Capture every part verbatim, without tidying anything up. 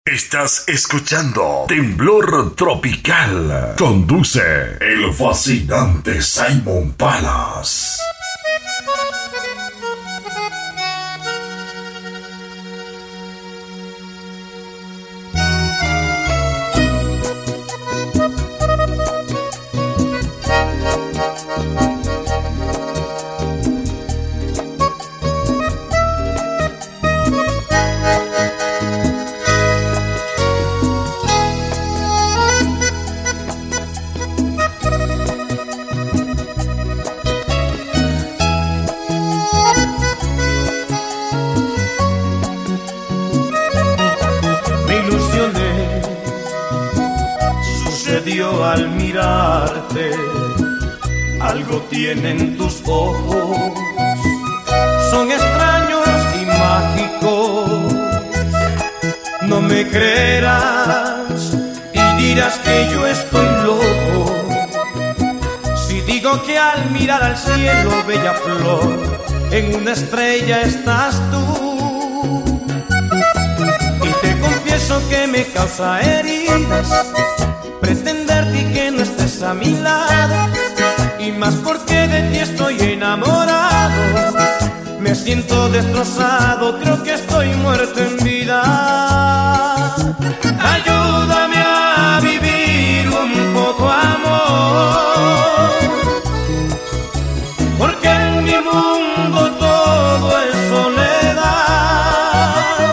Estás escuchando Temblor Tropical. Conduce el fascinante Simon Palas. Al mirarte, algo tienen tus ojos, son extraños y mágicos. No me creerás y dirás que yo estoy loco si digo que al mirar al cielo, bella flor, en una estrella estás tú. Y te confieso que me causa heridas pretenderte y que no estés a mi lado, y más porque de ti estoy enamorado. Me siento destrozado, creo que estoy muerto en vida. Ayúdame a vivir un poco, amor, porque en mi mundo todo es soledad.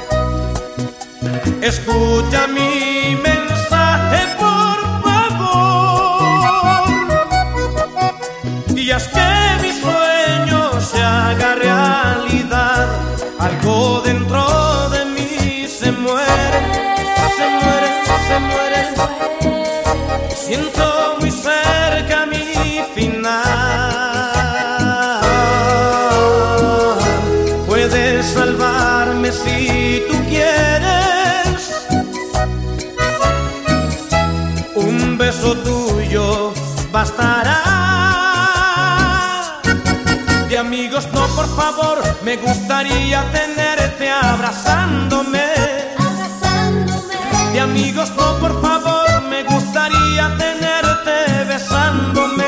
Escucha mi mensaje, y haz que mi sueño se haga realidad. Algo dentro de mí se muere, se muere, se muere. Siento muy cerca mi final. Puedes salvarme si tú quieres. Un beso tuyo bastará. De amigos no, por favor, me gustaría tenerte abrazándome. Abrazándome. De amigos no, por favor, me gustaría tenerte besándome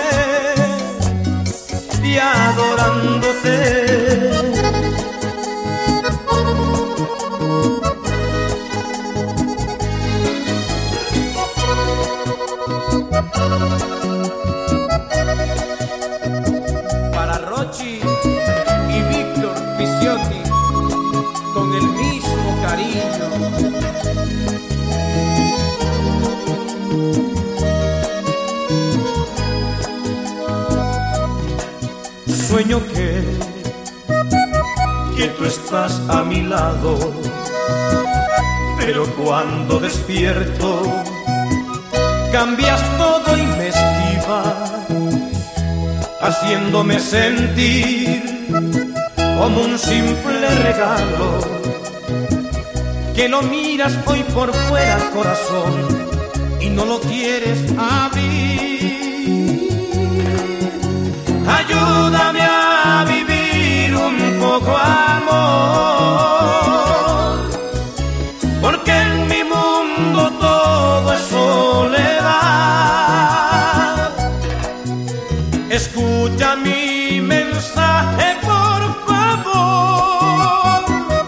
y adorándote. Para Rochi y Víctor Viciotti, con el mismo cariño. Sueño que, que tú estás a mi lado, pero cuando despierto cambias todo y me esquivas, haciéndome sentir como un simple regalo, que lo miras hoy por fuera, corazón, y no lo quieres abrir. Ayúdame a vivir un poco, amor, porque en mi mundo todo es soledad. Escucha mi mensaje, por favor,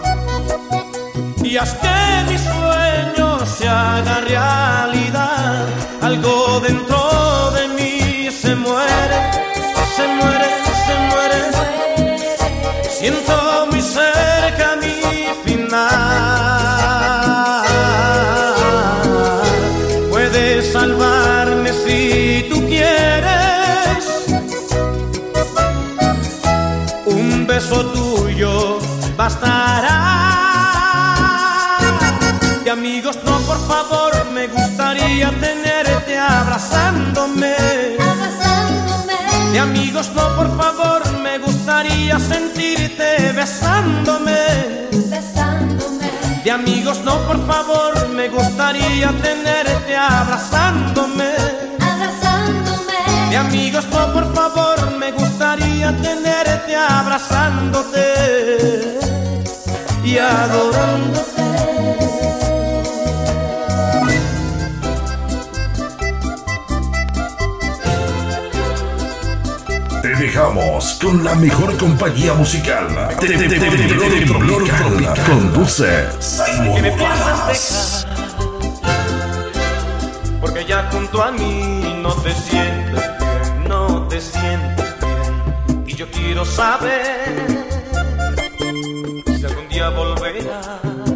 y haz que mi sueño se haga realidad. Algo dentro de mí se muere, se muere, se muere. Siento muy cerca mi final. Puedes salvarme si tú quieres. Un beso tuyo bastará. De amigos no, por favor, me gustaría tenerte abrazándome. De amigos no, por favor, me gustaría sentirte besándome. Besándome. De amigos no, por favor, me gustaría tenerte abrazándome. Abrazándome. De amigos no, por favor, me gustaría tenerte abrazándote y adorándote. seguimos con la mejor compañía musical. Temblor Tropical. Conduce Simon Palas. Porque ya junto a mí no te sientes bien, no te sientes bien. Y yo quiero saber si algún día volverás.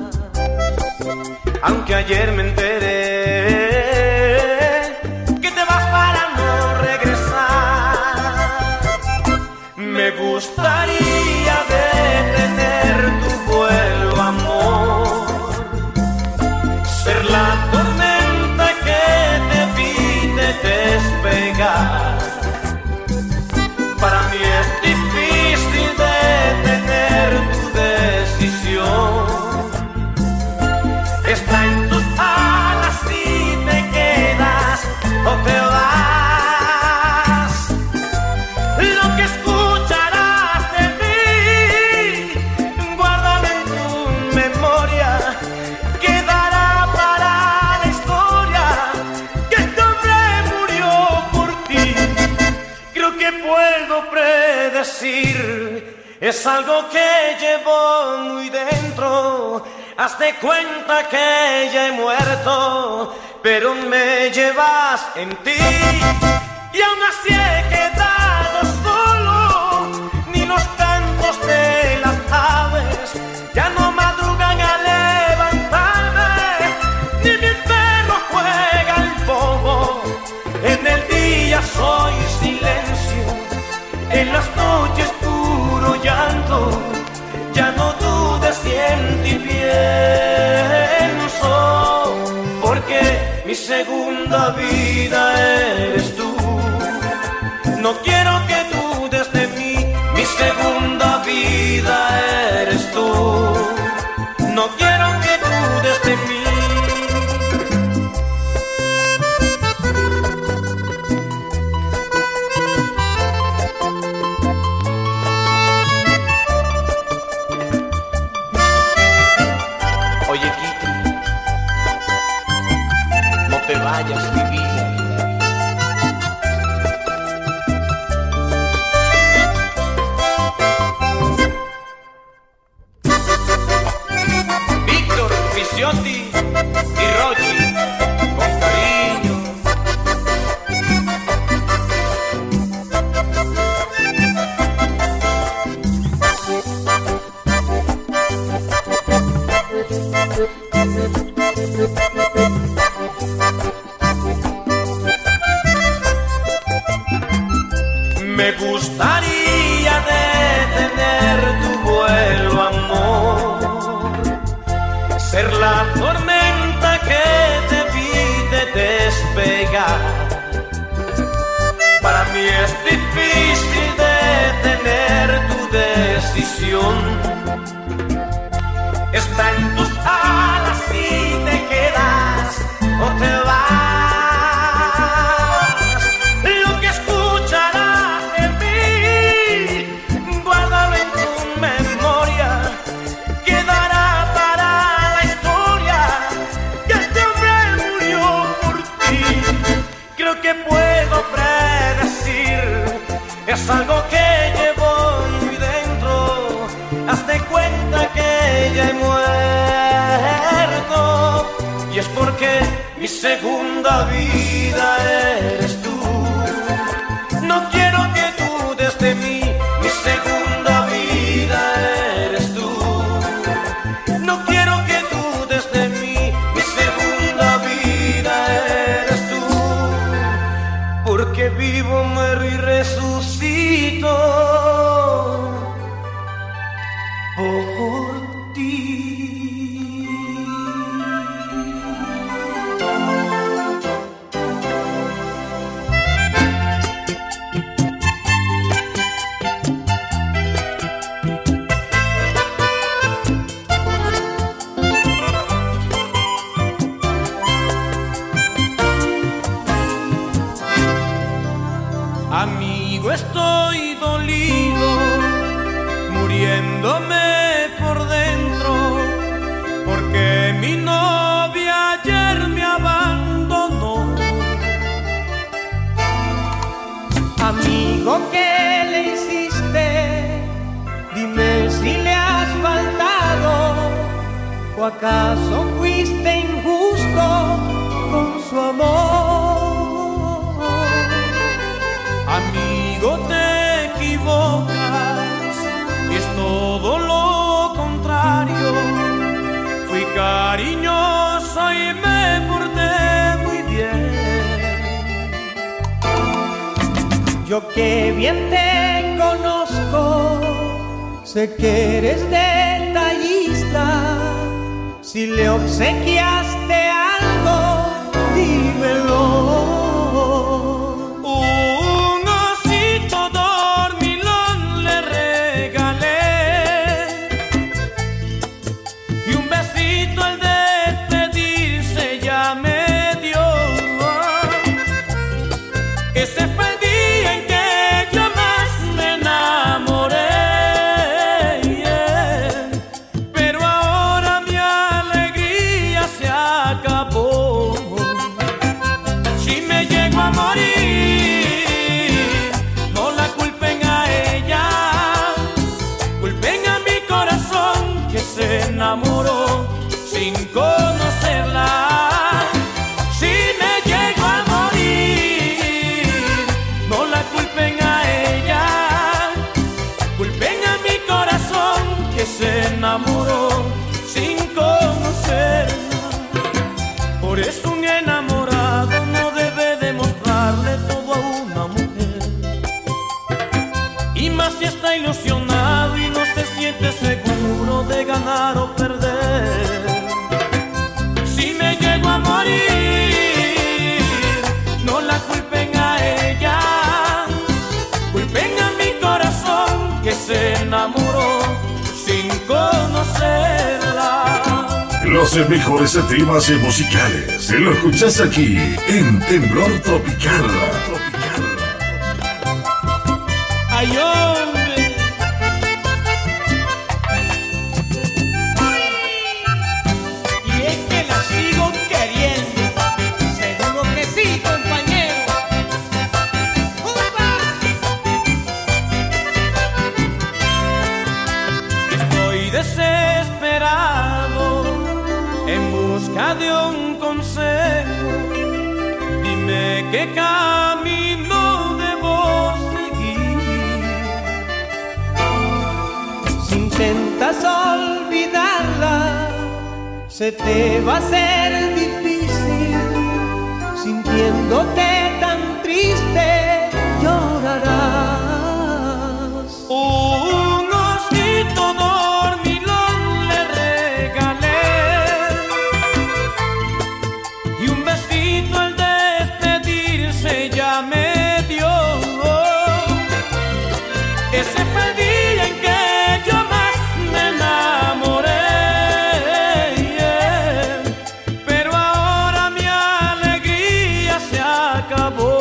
Aunque ayer me enteré que te vas para no regresar. Me gustaría detener tu vuelo, amor. Ser la tormenta que te evite despegar. Para mí es difícil detener tu decisión. Está en tus alas si te quedas o te vas. Lo que escucharás de mí, guárdalo en tu memoria. Quedará para la historia que este hombre murió por ti. Creo que puedo predecir, es algo que llevo muy dentro. Hazte cuenta que ya he muerto, pero me llevas en ti. Y aún así he quedado solo, ni los cantos de las aves ya no madrugan a levantarme, ni mi perro juega el bobo. En el día soy silencio, en las noches puro llanto. Ya no dudes si en ti pienso, porque mi segunda vida eres tú. No quiero que dudes de mí, mi segunda vida eres tú. No quiero que dudes de mí. Te vayas, mi vida. Víctor Viciotti y Rochi, con cariño. Me gustaría detener tu vuelo, amor. Ser la tormenta que te evite despegar. Para mí es difícil detener tu decisión. Está en tus alas si te quedas o te vas. Es algo que llevo muy dentro. Hazte cuenta que ya he muerto. Y es porque mi segunda vida eres tú. No quiero que dudes de mí, mi segunda vida eres tú. No quiero que dudes de mí, mi segunda vida eres tú. Porque vivo, muero y resucito por ti. Amigo, estoy dolido, muriéndome por dentro, porque mi novia ayer me abandonó. Amigo, ¿qué le hiciste? ¿O acaso fuiste injusto con su amor? Amigo, te equivocas, es todo lo contrario. Fui cariñoso y me porté muy bien. Yo que bien te conozco, sé que eres detallista. Si le obsequiaste algo, dímelo. Un osito dormilón le regalé y un besito al despedirse ya me dio. Ese fue el día en que yo más me enamoré. Se enamoró sin conocerla. Si me llego a morir, no la culpen a ella, culpen a mi corazón que se enamoró sin conocerla. Por eso un enamorado no debe demostrarle todo a una mujer, y más si está ilusionado y no se siente seguro de ganar o perder. Si me llego a morir, no la culpen a ella, culpen a mi corazón que se enamoró sin conocerla. Los mejores temas musicales lo escuchas aquí en Temblor Tropical. Tropical. Ay, hombre. Y es que la sigo queriendo. Seguro que sí, compañero. ¡Upa! Estoy desesperado en busca de un consejo. Dime qué camino debo seguir. Si intentas olvidarla, se te va a hacer difícil. Sintiéndote tan triste, llorarás. Un osito dormilón le regalé y un besito al despedirse ya me dio. Ese fue el día en que yo más me enamoré, yeah. Pero ahora mi alegría se acabó.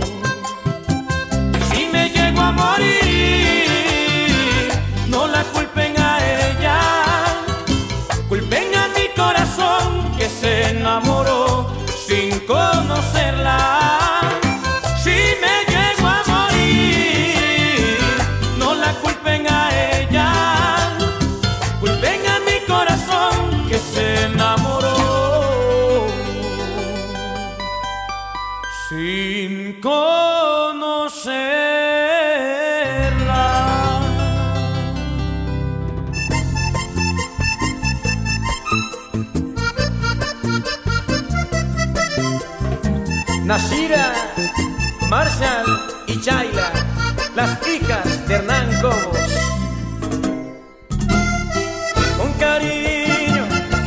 Si me llego a morir, no la culpen a ella, culpen a mi corazón que se enamoró sin conocerla. Si me llego a morir, no la culpen a ella, culpen a mi corazón que se enamoró sin conocerla. Nashira, Marshall y Chayla, las hijas de Hernán Cobos. Con cariño.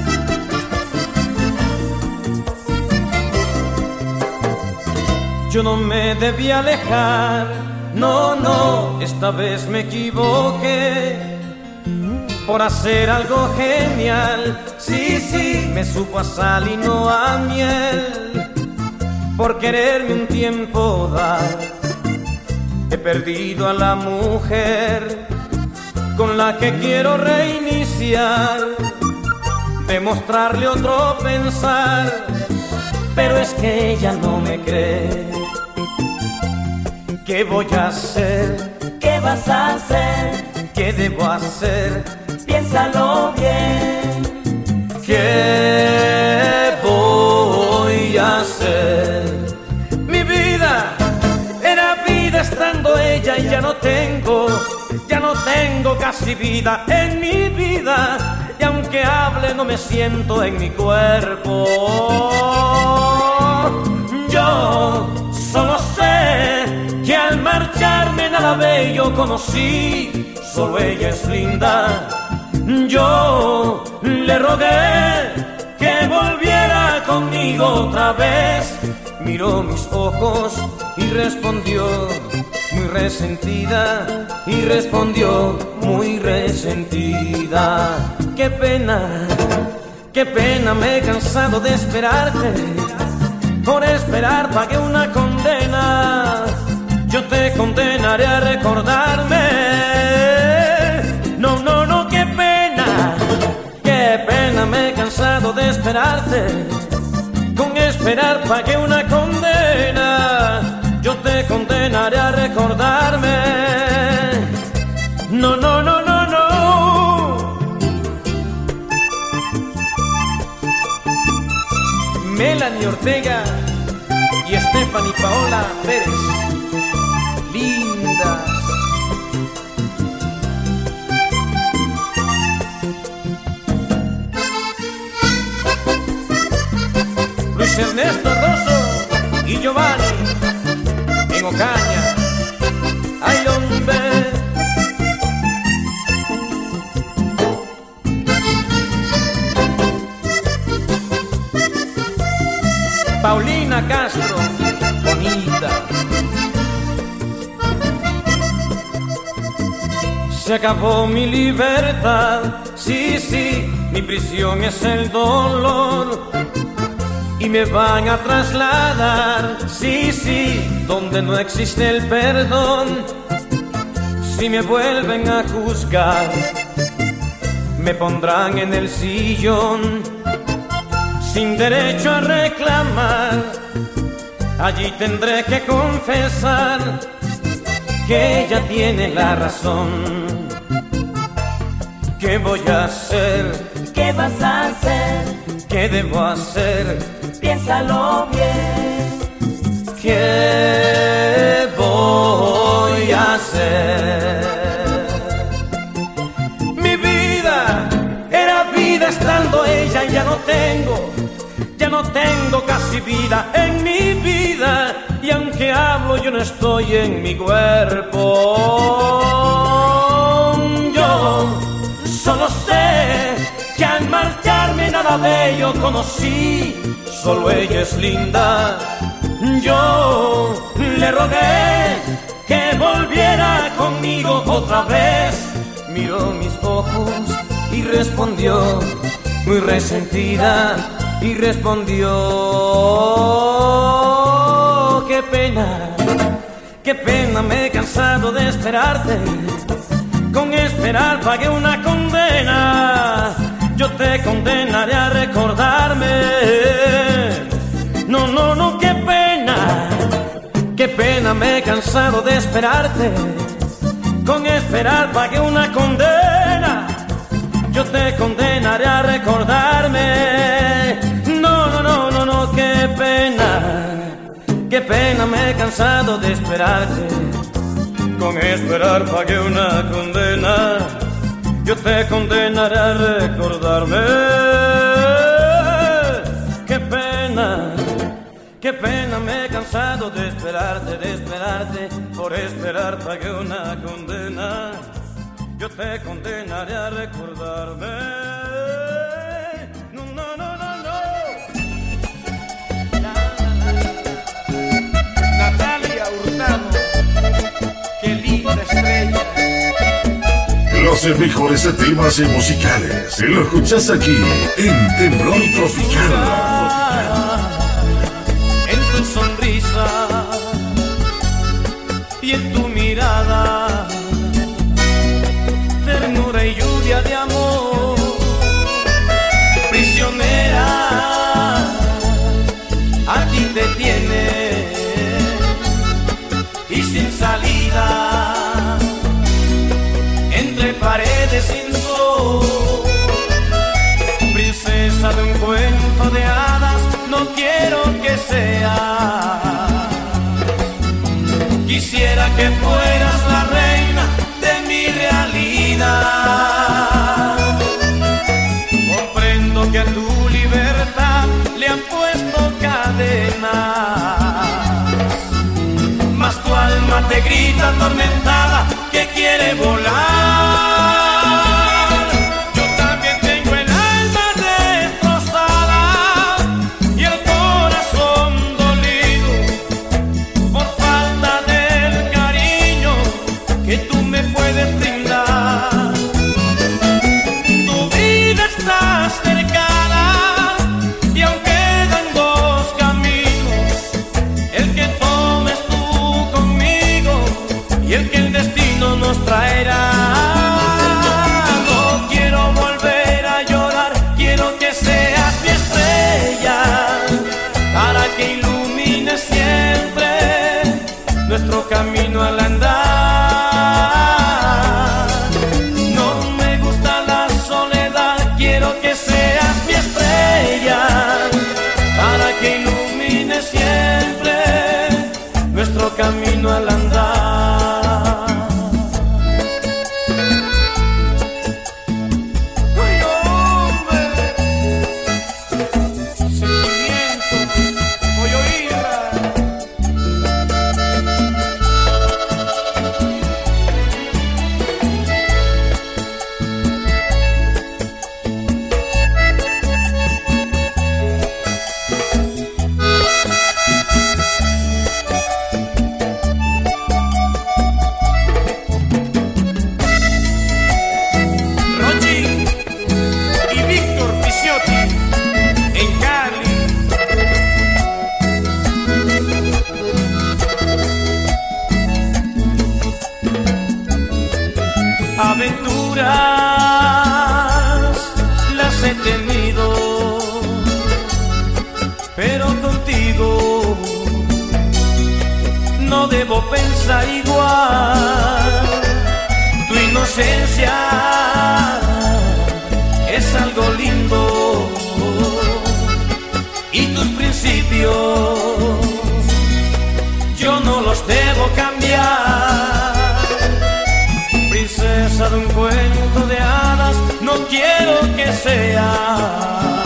Yo no me debí alejar, no, no, esta vez me equivoqué por hacer algo genial. Sí, sí, me supo a sal y no a miel, por quererme un tiempo dar. He perdido a la mujer con la que quiero reiniciar, demostrarle otro pensar, pero es que ella no me cree. ¿Qué voy a hacer? ¿Qué vas a hacer? ¿Qué debo hacer? Piénsalo bien. ¿Qué ¿Qué voy a hacer? Mi vida era vida estando ella y ya no tengo, ya no tengo casi vida en mi vida. Y aunque hable no me siento en mi cuerpo. Yo solo sé que al marcharme nada bello conocí, solo ella es linda. Yo le rogué que volviera conmigo otra vez. Miró mis ojos y respondió muy resentida, y respondió muy resentida. Qué pena, qué pena, me he cansado de esperarte. Por esperar pagué una condena. Yo te condenaré a recordarme. No, no, no, qué pena, qué pena, me he cansado de esperarte. Con esperar pagué una condena. Yo te condenaré a recordarme. No, no, no, no, no. Melanie Ortega y Stephanie Paola Pérez, lindas. Luis Ernesto Rosso y Giovanni en Ocaña. Ay, hombre. Paulina Castro, bonita. Se acabó mi libertad, sí, sí, mi prisión es el dolor. Y me van a trasladar, sí, sí, donde no existe el perdón. Si me vuelven a juzgar, me pondrán en el sillón, sin derecho a reclamar. Allí tendré que confesar que ella tiene la razón. ¿Qué voy a hacer? ¿Qué vas a hacer? ¿Qué debo hacer? Piénsalo bien. ¿Qué voy a hacer? Mi vida era vida estando ella y ya no tengo, ya no tengo casi vida en mi vida. Y aunque hablo yo no estoy en mi cuerpo. Yo solo sé que al marcharme nada bello conocí, solo ella es linda. Yo le rogué que volviera conmigo otra vez. Miró mis ojos y respondió muy resentida, y respondió: qué pena, qué pena, me he cansado de esperarte. Con esperar pagué una condena. Yo te condenaré a recordarme. No, no, no, qué pena, qué pena, me he cansado de esperarte. Con esperar pagué una condena. Yo te condenaré a recordarme. No, no, no, no, no, qué pena, qué pena, me he cansado de esperarte. Con esperar pagué una condena. Yo te condenaré a recordarme. Qué pena, qué pena, me he cansado de esperarte, de esperarte. Por esperar pagué una condena. Yo te condenaré a recordarme. No, no, no, no, no. La, la, la. Natalia Hurtado, qué linda estrella. Los mejores temas musicales lo escuchas aquí en Temblor Tropical. En tu sonrisa y en tu mirada, ternura y lluvia de amor. Prisionera, aquí te tiene y sin salida, entre paredes sin sol. Princesa brisa atormentada que quiere volar. Yo también tengo el alma destrozada y el corazón dolido por falta del cariño que tú me puedes brindar. Tu vida está cercana y aún quedan dos caminos, el que tomes tú conmigo y el que el destino nos traerá. No quiero volver a llorar, quiero que seas mi estrella para que ilumine siempre nuestro camino al andar. No me gusta la soledad, quiero que seas mi estrella para que ilumine siempre nuestro camino al andar. ¡Ay, hombre! Sentimiento, voy a oírla. Rochi y Víctor Pisciotti en Cali. Aventuras las he tenido, pero contigo no debo pensar igual. Tu inocencia es algo lindo y tus principios yo no los debo cambiar. Princesa de un cuento de hadas, no quiero que seas.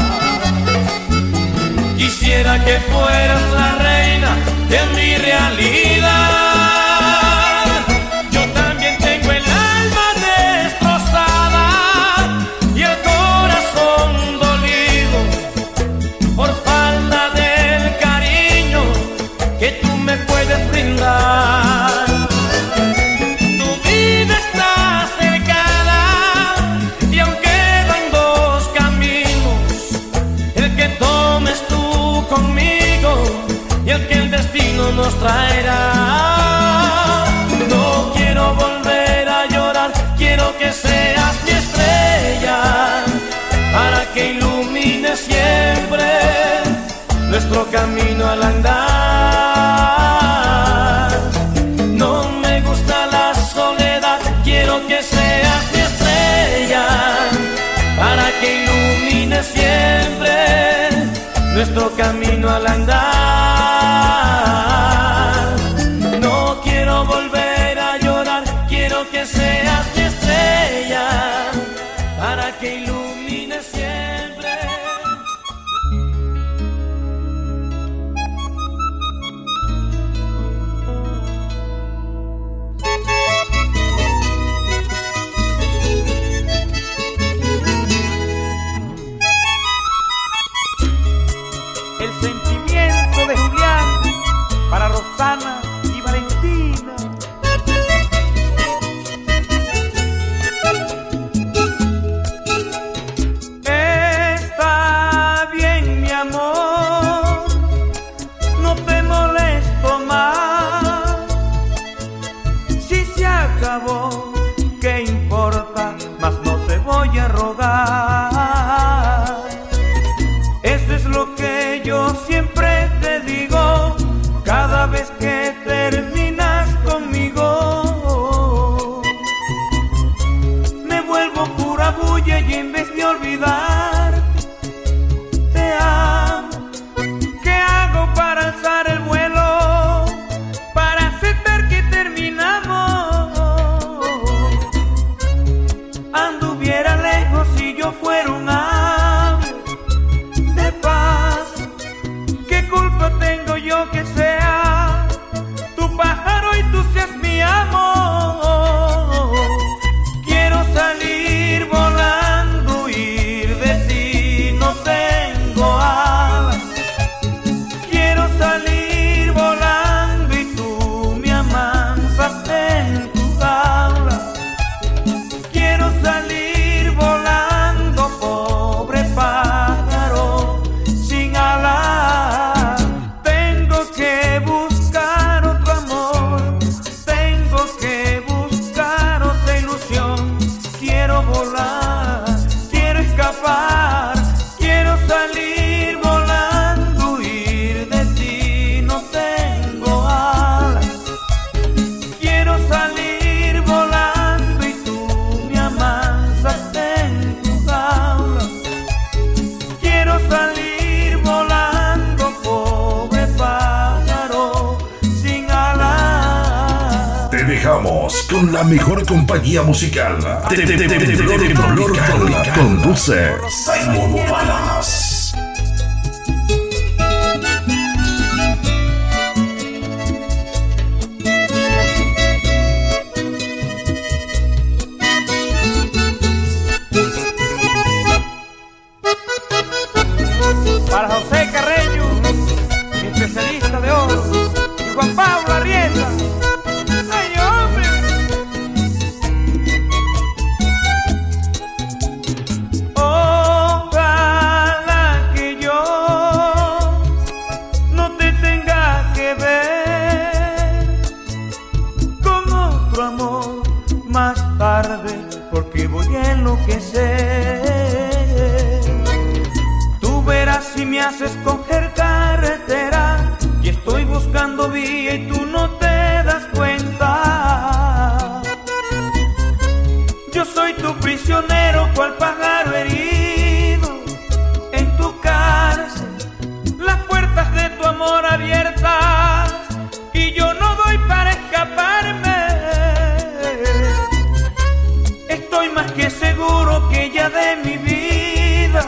Quisiera que fueras la reina de mi realidad. Yo también tengo el alma destrozada y el corazón dolido por falta del cariño que tú me puedes brindar. Tu vida está cercana y aún quedan dos caminos, el que tomes tú conmigo y el que el destino nos traerá. No quiero volver a llorar, quiero que seas mi estrella para que ilumine siempre nuestro camino al andar. No me gusta la soledad, quiero que seas mi estrella para que ilumine siempre nuestro camino al andar. No quiero volver a llorar, quiero que seas mi estrella para que ilumine siempre. El sentimiento de Julián para Rosana y Valentina. Está bien, mi amor, no te molesto más. Si se acabó, ¿qué importa? Más no te voy a rogar. Eso es lo que yo siempre te digo cada vez que terminas conmigo. Me vuelvo pura bulla y en vez de olvidar te amo. ¿Qué hago para alzar el vuelo? Para aceptar que terminamos. Anduviera lejos si yo fuera un ave de paz que dejamos con la mejor compañía musical. Temblor Calma. Conduce Simon Palas. Para José Carreño, mi especialista de oro, y Juan Pablo Arrieta. ¡Ay, hombre! Ojalá que yo no te tenga que ver con otro amor más tarde, porque voy a enloquecer. Si me haces coger carretera y estoy buscando vía y tú no te das cuenta, yo soy tu prisionero, cual pájaro herido en tu cárcel, las puertas de tu amor abiertas y yo no doy para escaparme. Estoy más que seguro que ya de mi vida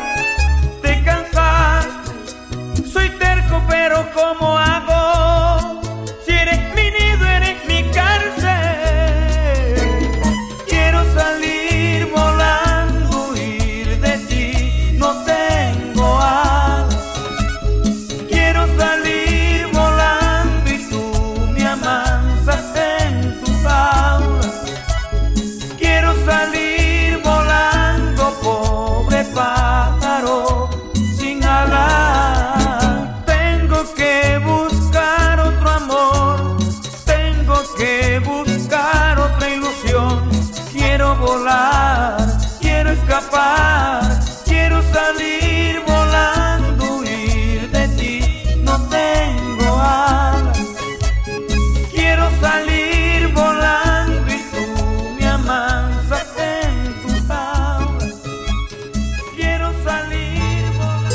pero ¿cómo hago? Si eres mi nido, eres mi cárcel. Quiero salir volando, huir de ti, no tengo alas. Quiero salir volando y tú me amansas en tu jaula. Quiero salir volando, pobre pájaro sin alas. Que buscar otro amor, tengo que buscar otra ilusión. Quiero volar, quiero escapar, quiero salir volando, huir de ti, no tengo alas. Quiero salir volando y tú me amansas en tu jaula. Quiero salir volando.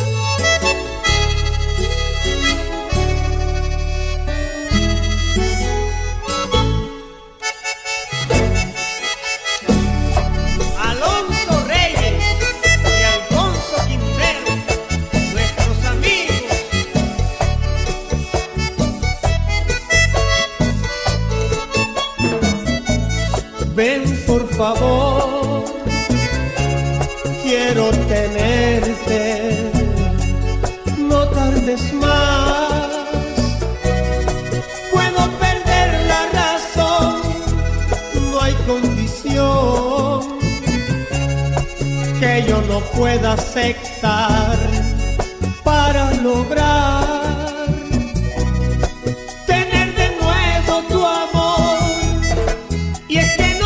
Ven por favor, quiero tenerte, no tardes más. Puedo perder la razón, no hay condición que yo no pueda aceptar para lograr tener de nuevo tu amor. Y es que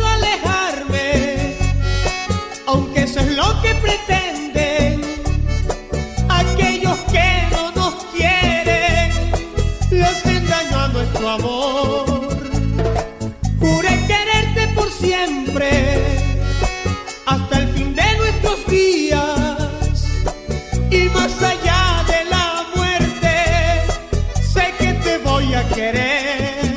aunque eso es lo que pretenden aquellos que no nos quieren, le hacen daño a nuestro amor. Juré quererte por siempre hasta el fin de nuestros días, y más allá de la muerte sé que te voy a querer.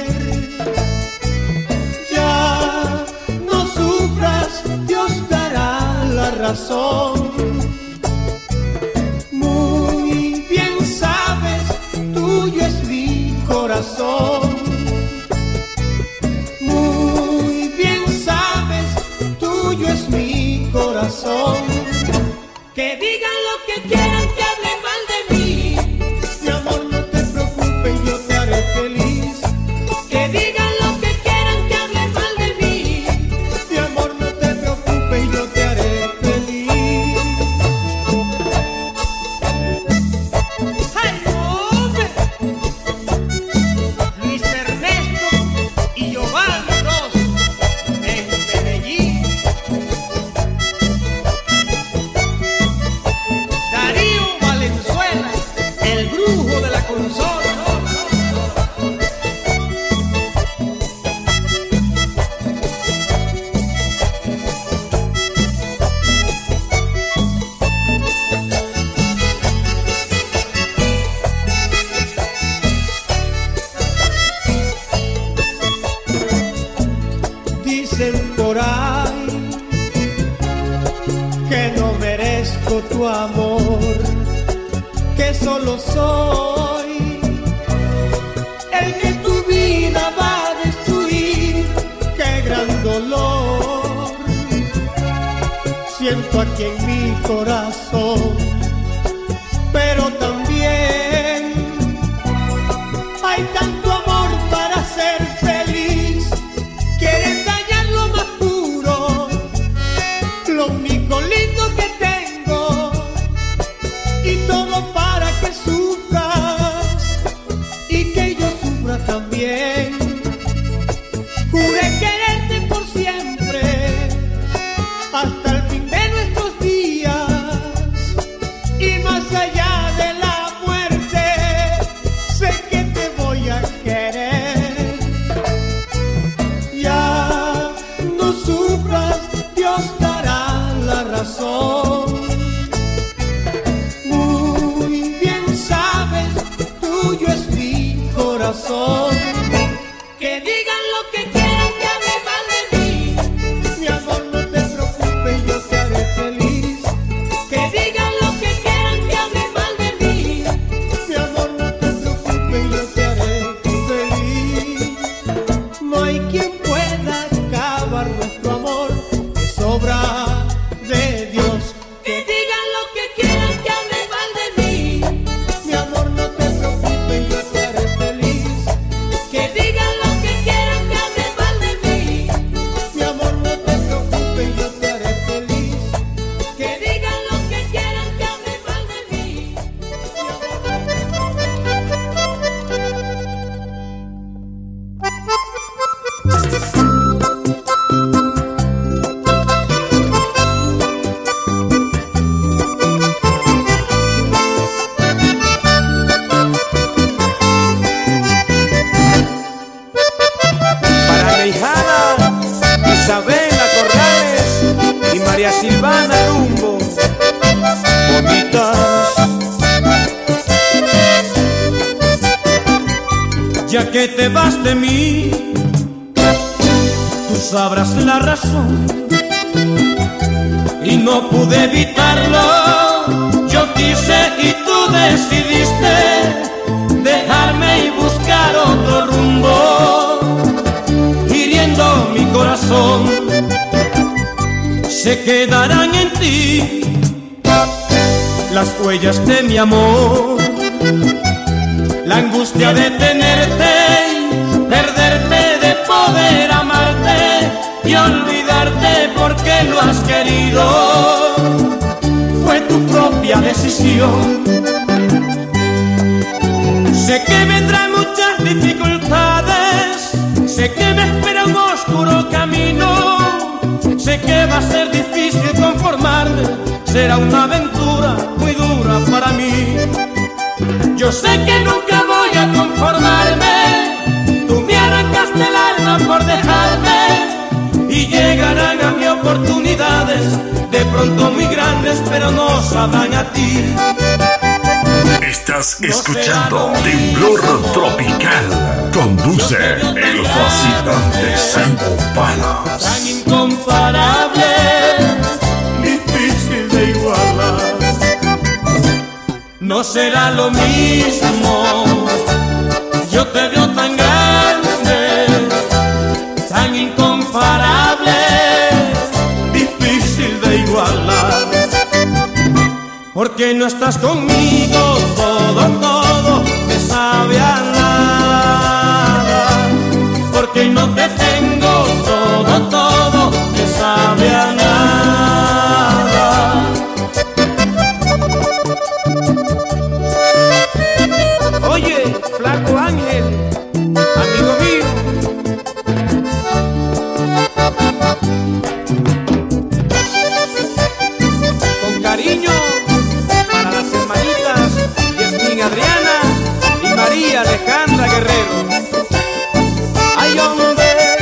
Ya no sufras, Dios dará la razón. Muy bien sabes, tuyo es mi corazón. Muy bien sabes, tu amor, que solo soy el que tu vida va a destruir. Qué gran dolor siento aquí en mi corazón, pero también hay tanto amor para ser feliz. Quieren dañar lo más puro, lo único lindo que tengo, y todo para que sufras y que yo sufra también. Juré quererte por siempre hasta el fin de nuestros días, y más allá de la muerte sé que te voy a querer. Ya no sufras, Dios dará la razón. Muy bien sabes, tuyo es mi corazón. Que digan lo que quieran, que hablen mal de mí, mi amor, no te preocupes, yo te haré feliz. Que digan lo que quieran, que hablen mal de mí, mi amor, no te preocupes, yo te haré feliz. No hay quien pueda acabar nuestro amor, es obra de Dios. Que digan lo que quieran, que hablen mal de mí, mi amor, no te preocupes, yo te haré feliz. Que digan lo que quieran, que hablen mal de mí, mi amor, no te preocupes, yo te haré feliz. Que digan lo que quieran, que hablen mal de mí, mi Para mi hijada Isabela Corrales y María Silvana Rumbo, bonitas. Ya que te vas de mí, tú sabrás la razón, y no pude evitarlo. Yo quise y tú decidiste dejarme y buscar otro rumbo, hiriendo mi corazón. Se quedarán en ti las huellas de mi amor, la angustia de tenerte, perderte, de poder amarte y olvidarte porque lo has querido. Fue tu propia decisión. Sé que vendrán muchas dificultades, sé que me espera un oscuro camino, sé que va a ser difícil conformarme, será una aventura muy dura para mí. Yo sé que nunca voy a conformarme, tú me arrancaste el alma por dejarme, y llegarán a mí oportunidades, de pronto muy grandes, pero no sabrán a ti. Estás escuchando Temblor Tropical. Conduce el fascinante Simon Palas. Tan incomparable, difícil de igualar. No será lo mismo, yo te veo tan grande, tan incomparable, difícil de igualar. Porque no estás conmigo, todo, todo me sabe a nada. Porque no te tengo, todo, todo me sabe a nada. Oye, Flaco Ángel, amigo mío, con cariño para las hermanitas Yasmín Adriana y María Alejandra Guerrero. ¡Ay, hombre!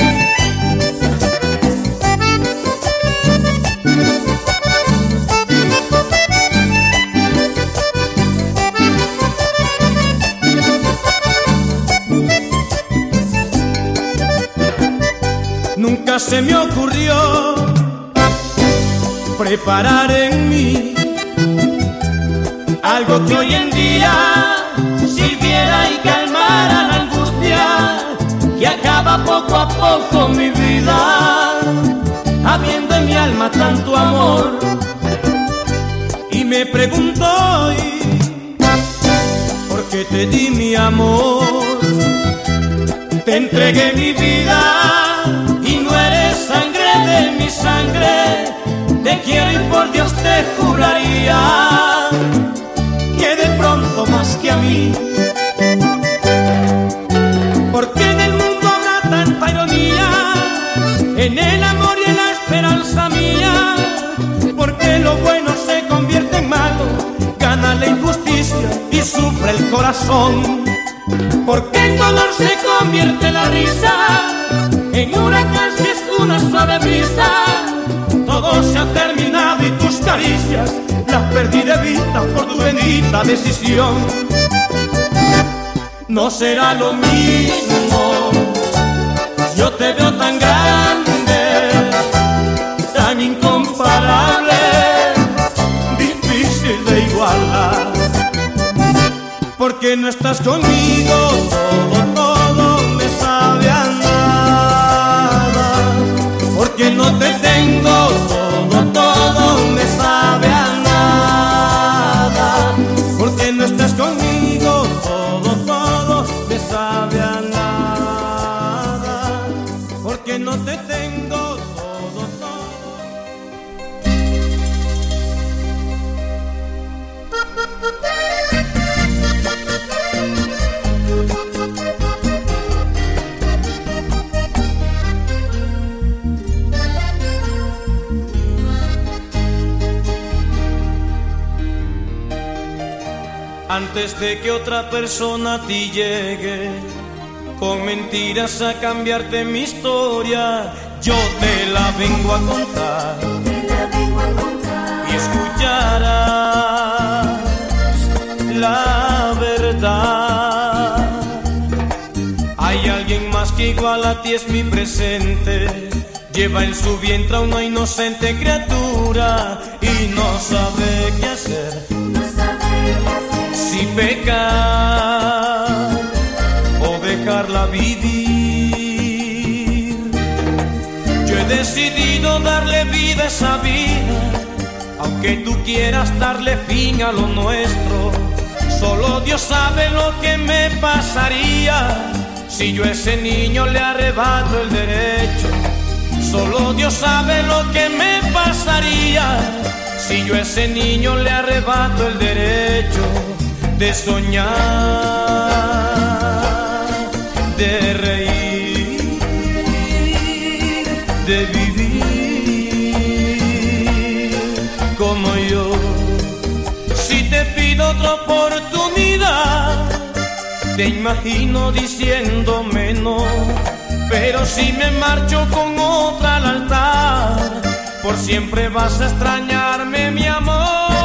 Nunca se me ocurrió preparar en mí algo que hoy en día sirviera y calmara la angustia que acaba poco a poco mi vida, habiendo en mi alma tanto amor. Y me pregunto hoy, ¿por qué te di mi amor? Te entregué mi vida y no eres sangre de mi sangre. Te quiero y por Dios te juraría que de pronto más que a mí. Porque en el mundo habrá tanta ironía, en el amor y en la esperanza mía. Porque lo bueno se convierte en malo, gana la injusticia y sufre el corazón. Porque el dolor se convierte en la risa, en huracán si es una suave brisa. Todo se ha terminado y tus caricias las perdí de vista por tu bendita decisión. No será lo mismo, yo te veo tan grande, tan incomparable, difícil de igualar. Porque no estás conmigo, todo, todo me sabe a nada. Porque no te tengo, todo, todo me sabe a nada. Porque no estás conmigo, todo, todo me sabe a nada. Porque no te tengo, todo, todo. Antes de que otra persona a ti llegue con mentiras a cambiarte mi historia, yo te la vengo a contar, te la vengo a contar. Y escucharás la verdad. Hay alguien más que igual a ti es mi presente, lleva en su vientre a una inocente criatura y no sabe qué hacer, No sabe qué hacer. si pecar o dejarla vivir. Yo he decidido darle vida a esa vida, aunque tú quieras darle fin a lo nuestro. Solo Dios sabe lo que me pasaría si yo a ese niño le arrebato el derecho. Solo Dios sabe lo que me pasaría si yo a ese niño le arrebato el derecho de soñar, de reír, de vivir como yo. Si te pido otra oportunidad, te imagino diciéndome no. Pero si me marcho con otra al altar, por siempre vas a extrañarme, mi amor.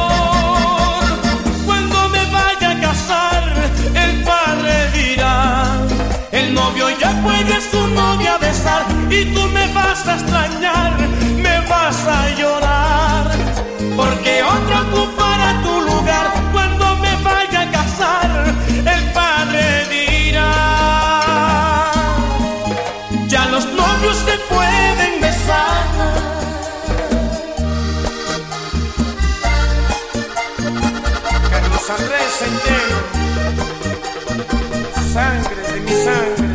Cuando me vaya a casar, el padre dirá: el novio ya puede a su novia besar. Y tú me vas a extrañar, me vas a llorar, porque otro ocupará tu lugar. Cuando me vaya a casar, el padre dirá: ya los novios se pueden besar. Carlos Andrés Centeno, sangre de mi sangre.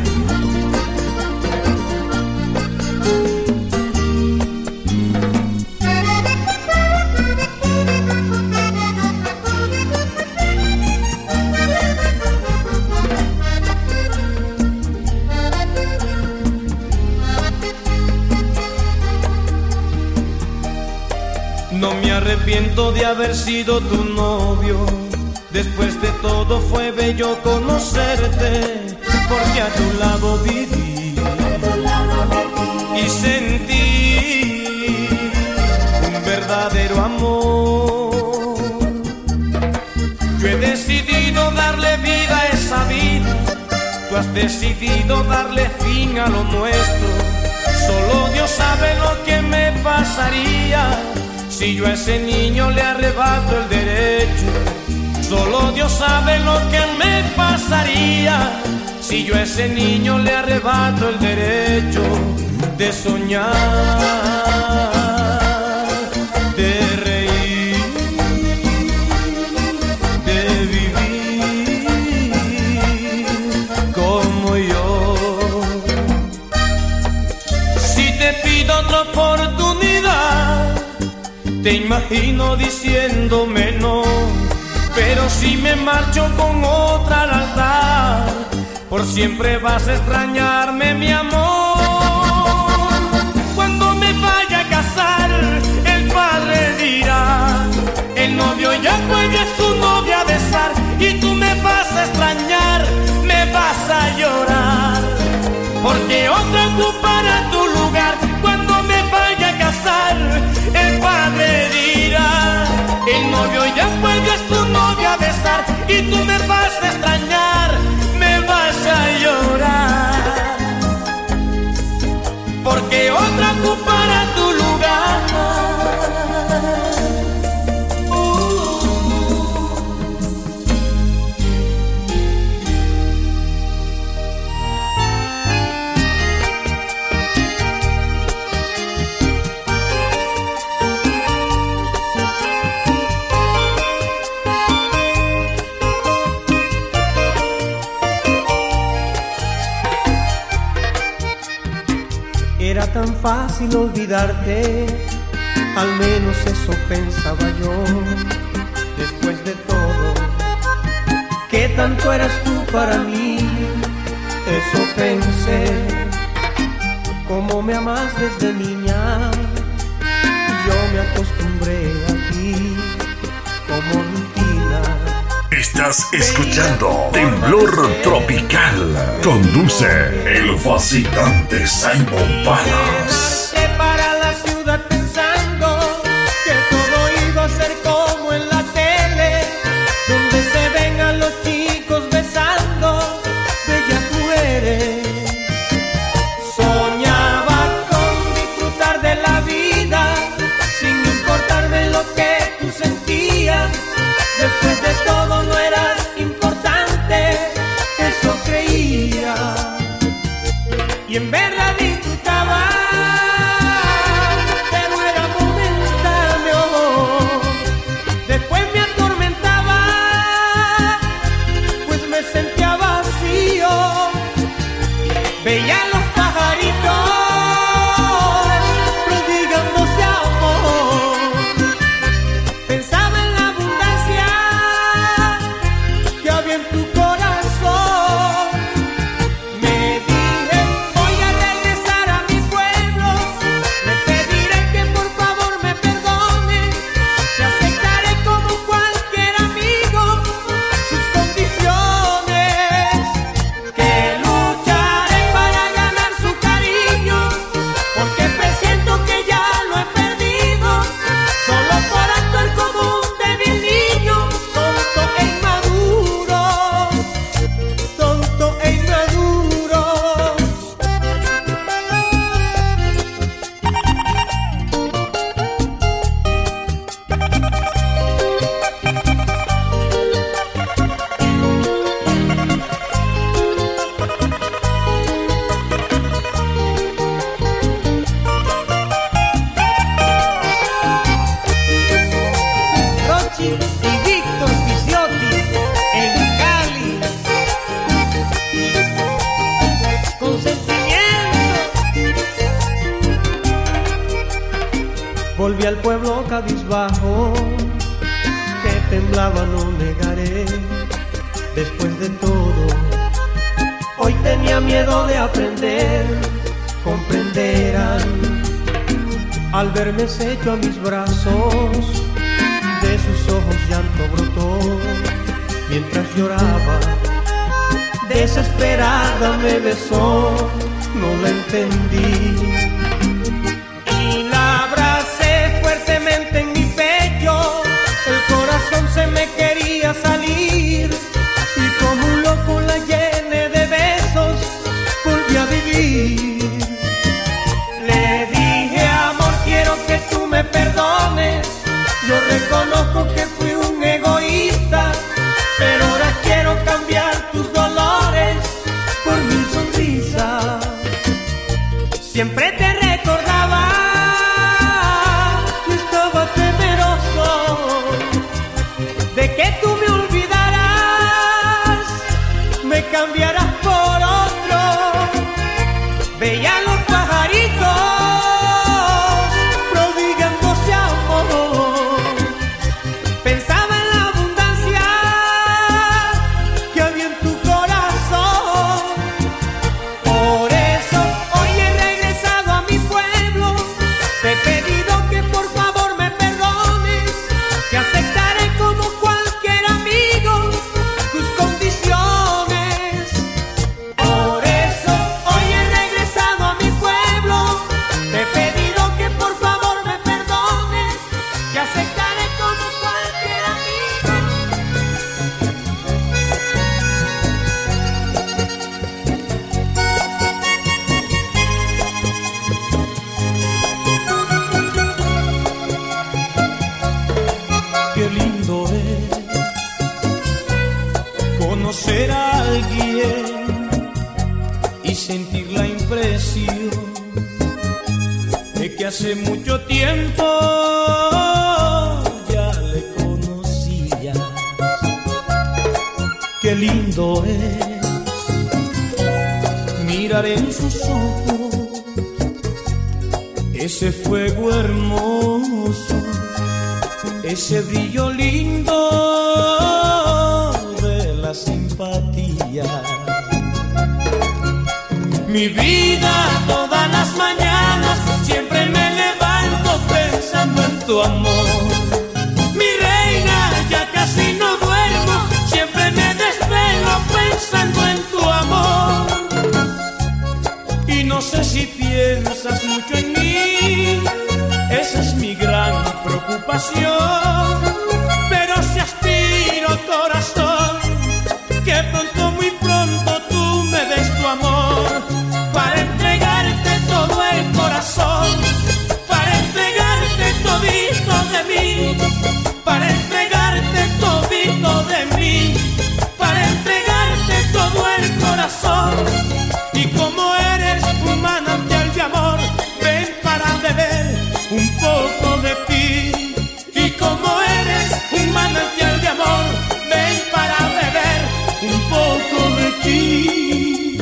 No me arrepiento de haber sido tu novio. Después de todo fue bello conocerte, porque a tu lado viví y sentí un verdadero amor. Yo he decidido darle vida a esa vida, tú has decidido darle fin a lo nuestro. Solo Dios sabe lo que me pasaría si yo a ese niño le arrebato el derecho. Solo Dios sabe lo que me pasaría si yo a ese niño le arrebato el derecho de soñar, de reír, de vivir como yo. Si te pido otra oportunidad, te imagino diciéndome no. Pero si me marcho con otra al altar, por siempre vas a extrañarme, mi amor. Cuando me vaya a casar, el padre dirá: el novio ya puede a su novia besar, y tú me vas a extrañar, me vas a llorar, porque otra ocupará tu lugar. Cuando me vaya a casar, el padre dirá: el novio ya puede a su novia besar, y tú me vas a extrañar, me vas a llorar, porque otra ocupará tu lugar. Era tan fácil olvidarte, al menos eso pensaba yo. Después de todo, ¿qué tanto eras tú para mí? Eso pensé. Como me amas desde niña, yo me acostumbré a ti como rutina. Estás escuchando Temblor Tropical. Conduce el fascinante Simon Palace. Para la ciudad pensando que todo iba a ser como en la tele, donde se ven a los chicos besando bellas mujeres. Soñaba con disfrutar de la vida sin importarme lo que tú sentías. Después de todo no eras importante, eso creía, y en verdad disfrutaba, pero era momentáneo. Después me atormentaba, pues me sentía vacío. Veía los pajaritos prodigándose amor. Pensaba en la abundancia que había en tu corazón. Me dije, voy a regresar a mi pueblo. Le pediré que por favor me perdone. Te aceptaré como cualquier amigo sus condiciones. Que lucharé para ganar su cariño, porque presiento que ya lo he perdido. Solo por actuar como un débil niño, tonto e inmaduro, tonto e inmaduro. Rochi y Víctor Picciotti en Cali, con sentimiento. Volví al pueblo cabizbajo, que temblaba, no negaré. Después de todo, hoy tenía miedo de aprender, comprenderán. Al verme seco a mis brazos, de sus ojos llanto brotó. Mientras lloraba, desesperada me besó. No la entendí y la abracé fuertemente en mi pecho. El corazón se me quería salir, y como un loco la llené de besos. Volví a vivir. Le dije, amor, quiero que tú me perdones. Yo reconozco que fui un egoísta, me cambiarás por otro. Veía los pajaritos prodigándose amor. Pensaba en la abundancia que había en tu corazón. Por eso hoy he regresado a mi pueblo. Te he pedido que por favor me perdones, que aceptaré como cualquier amigo tus condiciones. Por eso hoy he regresado a mi pueblo. Te he pedido que por favor me perdones, que aceptaré como cualquier amigo. Qué lindo es conocer a alguien y sentir la impresión de que hace mucho tiempo ya le conocía. Qué lindo es mirar en sus ojos ese fuego hermoso, ese brillo lindo de la simpatía. Mi vida todas las mañanas siempre me levanto pensando en tu amor. Mi reina, ya casi no duermo, siempre me desvelo pensando en tu amor. Y no sé si piensas mucho en mí, esa es mi gran preocupación. Pero si aspiro, corazón, que pronto, muy pronto tú me des tu amor, para entregarte todo el corazón, para entregarte todito de mí, para entregarte todito de mí, para entregarte todo el corazón. Y como eres un manantial de amor, ven para beber un poco de ti. Y como eres un manantial de amor, ven para beber un poco de ti.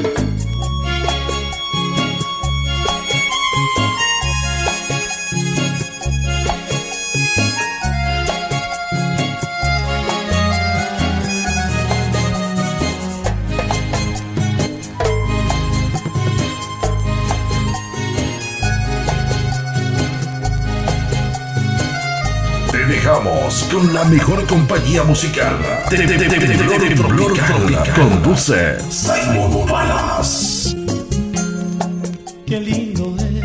Te dejamos con la mejor compañía musical. Temblor Tropical. Conduce Simon Palas. Qué lindo es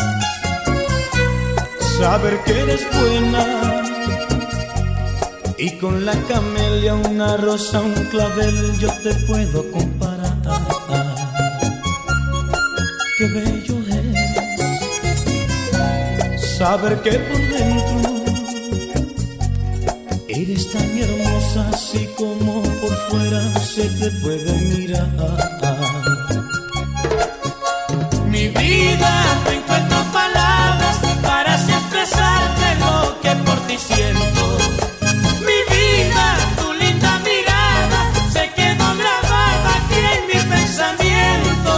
saber que eres buena, y con la camelia, una rosa, un clavel yo te puedo comparar. Qué bello es saber que por dentro eres tan hermosa, así como por fuera se te puede mirar. Mi vida, no encuentro palabras para así expresarte lo que por ti siento. Mi vida, tu linda mirada se quedó grabada aquí en mi pensamiento.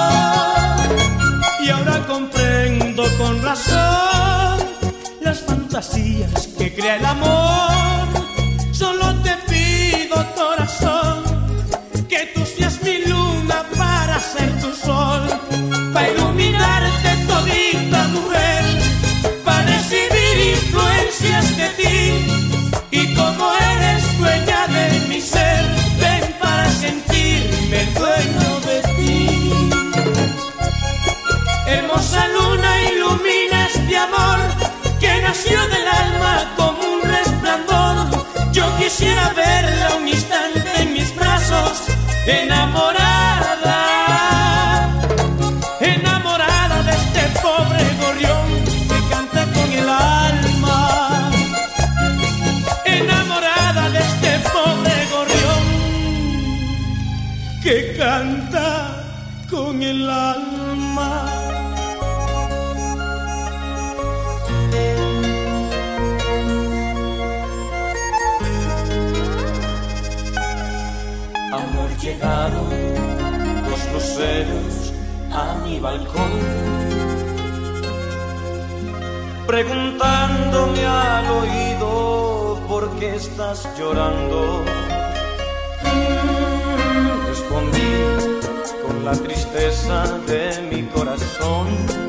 Y ahora comprendo con razón las fantasías que crea el amor. Solo te pido, corazón, que tú seas mi luna para ser tu sol, para iluminarte todita, mujer, para recibir influencias de ti. Y como eres dueña de mi ser, ven para sentirme el dueño de ti. Hermosa luna, ilumina este amor que nació del alma como un resplandor. Yo quisiera verla un instante en mis brazos, enamorada, enamorada de este pobre gorrión que canta con el alma, enamorada de este pobre gorrión que canta con el alma. Amor llegaron dos luceros a mi balcón, preguntándome al oído por qué estás llorando. Mm, respondí con la tristeza de mi corazón: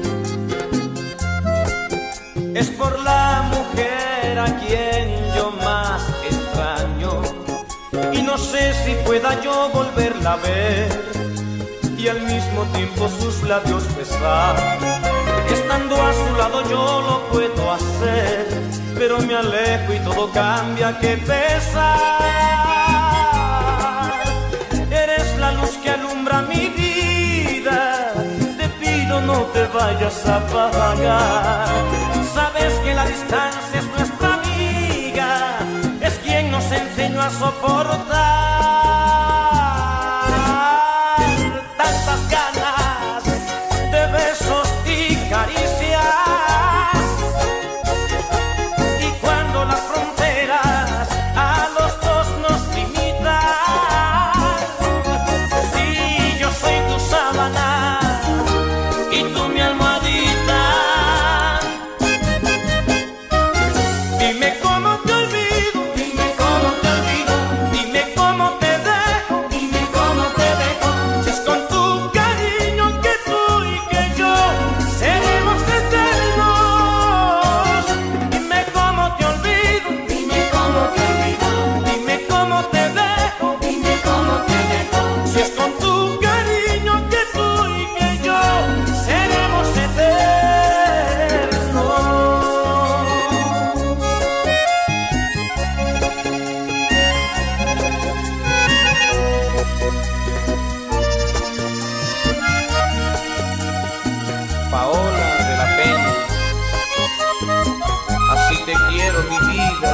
es por la mujer a quien yo más extraño, y no sé si pueda yo volverla a ver y al mismo tiempo sus labios besar. Estando a su lado yo lo puedo hacer, pero me alejo y todo cambia, qué pesar. Eres la luz que alumbra mi vida, te pido no te vayas a apagar. Sabes que la distancia es nuestra amiga, es quien nos enseñó a soportar tantas ganas de besos y caricias. Y cuando las fronteras a los dos nos limitan, sí, yo soy tu sábana y tú mi almohadita. Dime cómo te olvido, dime cómo te olvido, dime cómo te dejo, dime cómo te dejo. Si es con tu cariño que tú y que yo seremos eternos. Dime cómo te olvido, dime cómo te olvido, dime cómo te dejo, dime cómo te dejo. Si es con tu cariño que tú y que yo seremos eternos. Paola de la Peña, así te quiero mi vida.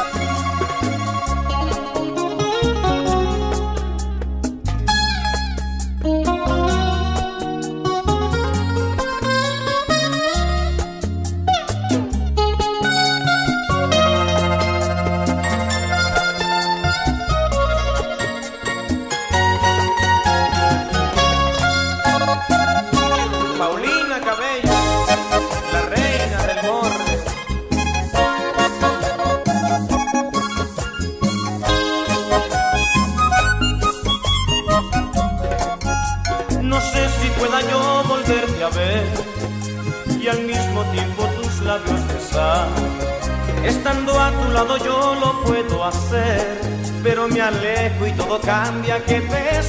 Paulina Cabello, la reina del morro. No sé si pueda yo volverte a ver y al mismo tiempo tus labios besar. Estando a tu lado yo lo puedo hacer, pero me alejo y todo cambia, qué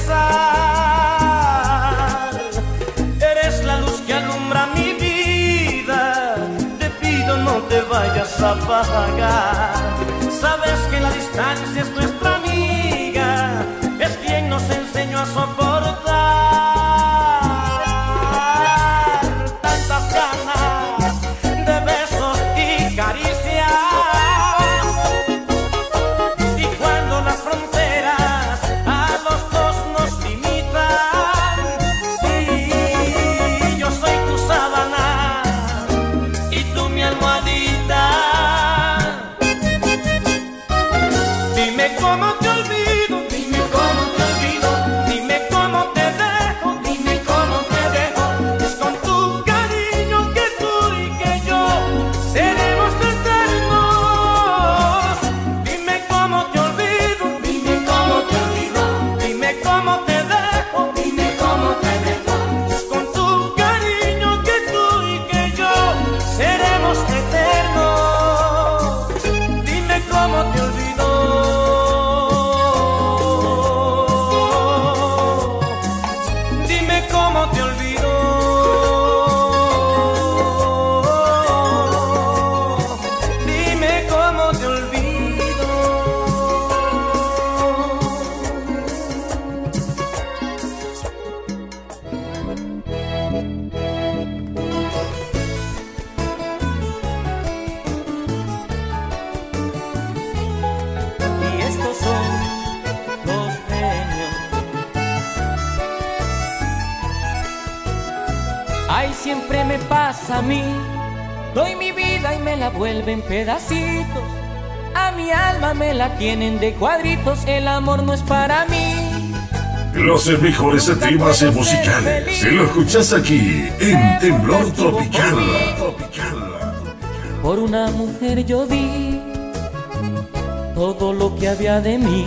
pesar. Eres la luz que alumbra mi vida, te pido no te vayas a apagar. Sabes que la distancia es nuestra amiga, es quien nos enseñó a soportar tantas ganas de besos y caricias. Y cuando las fronteras a los dos nos limitan, sí, yo soy tu sábana y tú mi almohadita. Dime cómo te olvido, dime cómo te olvido, dime cómo te dejo, dime cómo te dejo. Es con tu cariño que tú y que yo seremos eternos. Dime cómo te olvido, dime cómo te olvido, dime cómo te dejo, dime cómo te dejo. Es con tu cariño que tú y que yo seremos eternos. Dime cómo te olvido. Dime cómo te olvido. Dime cómo te olvido. Y estos son los genios. Ay, siempre me pasa a mí, doy mi vida y me la vuelven pedacitos. A mi alma me la tienen de cuadritos, el amor no es para mí. Los mejores temas musicales. Si lo escuchas aquí en Temblor Tropical. Por una mujer yo di todo lo que había de mí,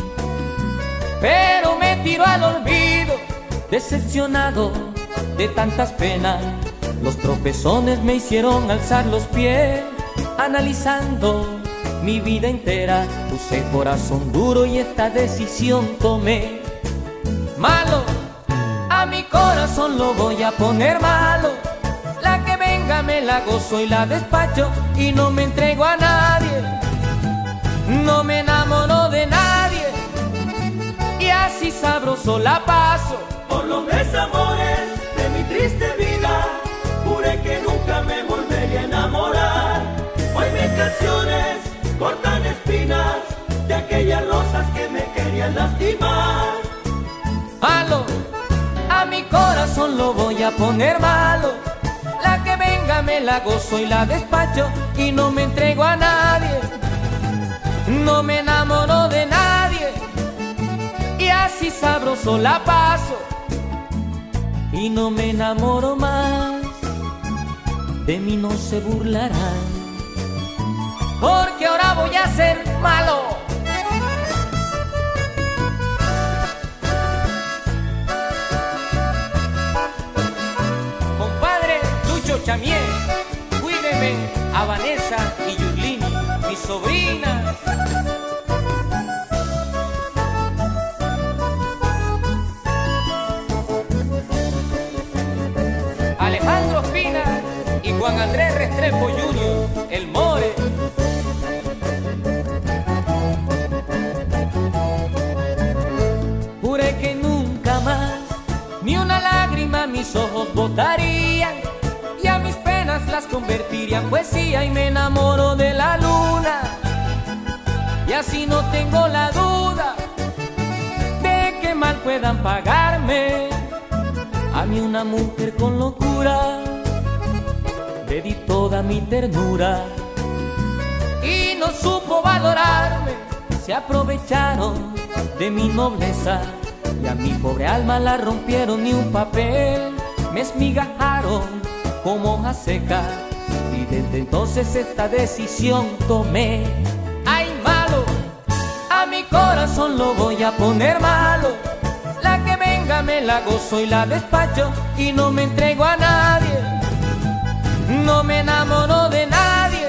pero me tiró al olvido, decepcionado de tantas penas. Los tropezones me hicieron alzar los pies, analizando mi vida entera. Puse corazón duro y esta decisión tomé. Malo, a mi corazón lo voy a poner malo. La que venga me la gozo y la despacho, y no me entrego a nadie, no me enamoro de nadie, y así sabroso la paso. Por los desamores de mi triste vida, juré que nunca me volvería a enamorar. Hoy mis canciones cortan espinas de aquellas rosas que me querían lastimar. Malo, a mi corazón lo voy a poner malo. La que venga me la gozo y la despacho, y no me entrego a nadie, no me enamoro de nadie, y así sabroso la paso. Y no me enamoro más, de mí no se burlarán, porque ahora voy a ser malo. Compadre Lucho Chamié, cuídeme a Vanessa y Yulini, mis sobrinas. Alejandro Espina y Juan Andrés Restrepo junior, el More. Juré que nunca más ni una lágrima mis ojos botarían, y a mis penas las convertiría en poesía, y me enamoro de la luna, y así no tengo la duda de que mal puedan pagarme. A mí una mujer con locura le di toda mi ternura, y no supo valorarme. Se aprovecharon de mi nobleza, y a mi pobre alma la rompieron, ni un papel me esmigajaron como hoja seca, y desde entonces esta decisión tomé. Ay, malo, a mi corazón lo voy a poner malo. La que venga me la gozo y la despacho, y no me entrego a nadie, no me enamoro de nadie,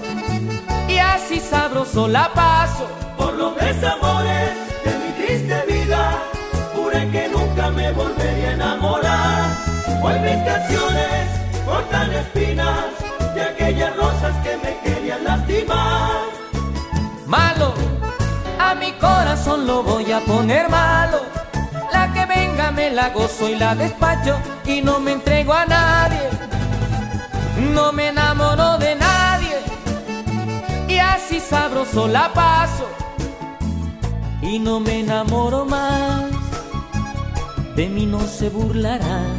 y así sabroso la paso. Por los desamores de mi triste vida, juré que nunca me volvería a enamorar. Hoy mis canciones cortan espinas de aquellas rosas que me querían lastimar. Malo, a mi corazón lo voy a poner malo. La que venga me la gozo y la despacho, y no me entrego a nadie, no me enamoro de nadie, y así sabroso la paso. Y no me enamoro más, de mí no se burlarán,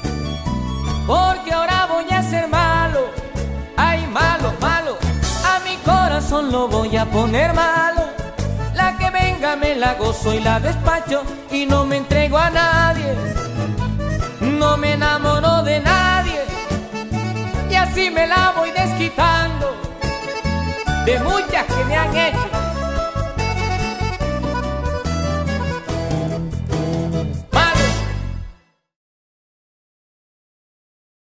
porque ahora voy a ser malo. Ay, malo, malo, a mi corazón lo voy a poner malo. La que venga me la gozo y la despacho, y no me entrego a nadie, no me enamoro de nadie, y así me la voy desquitando de muy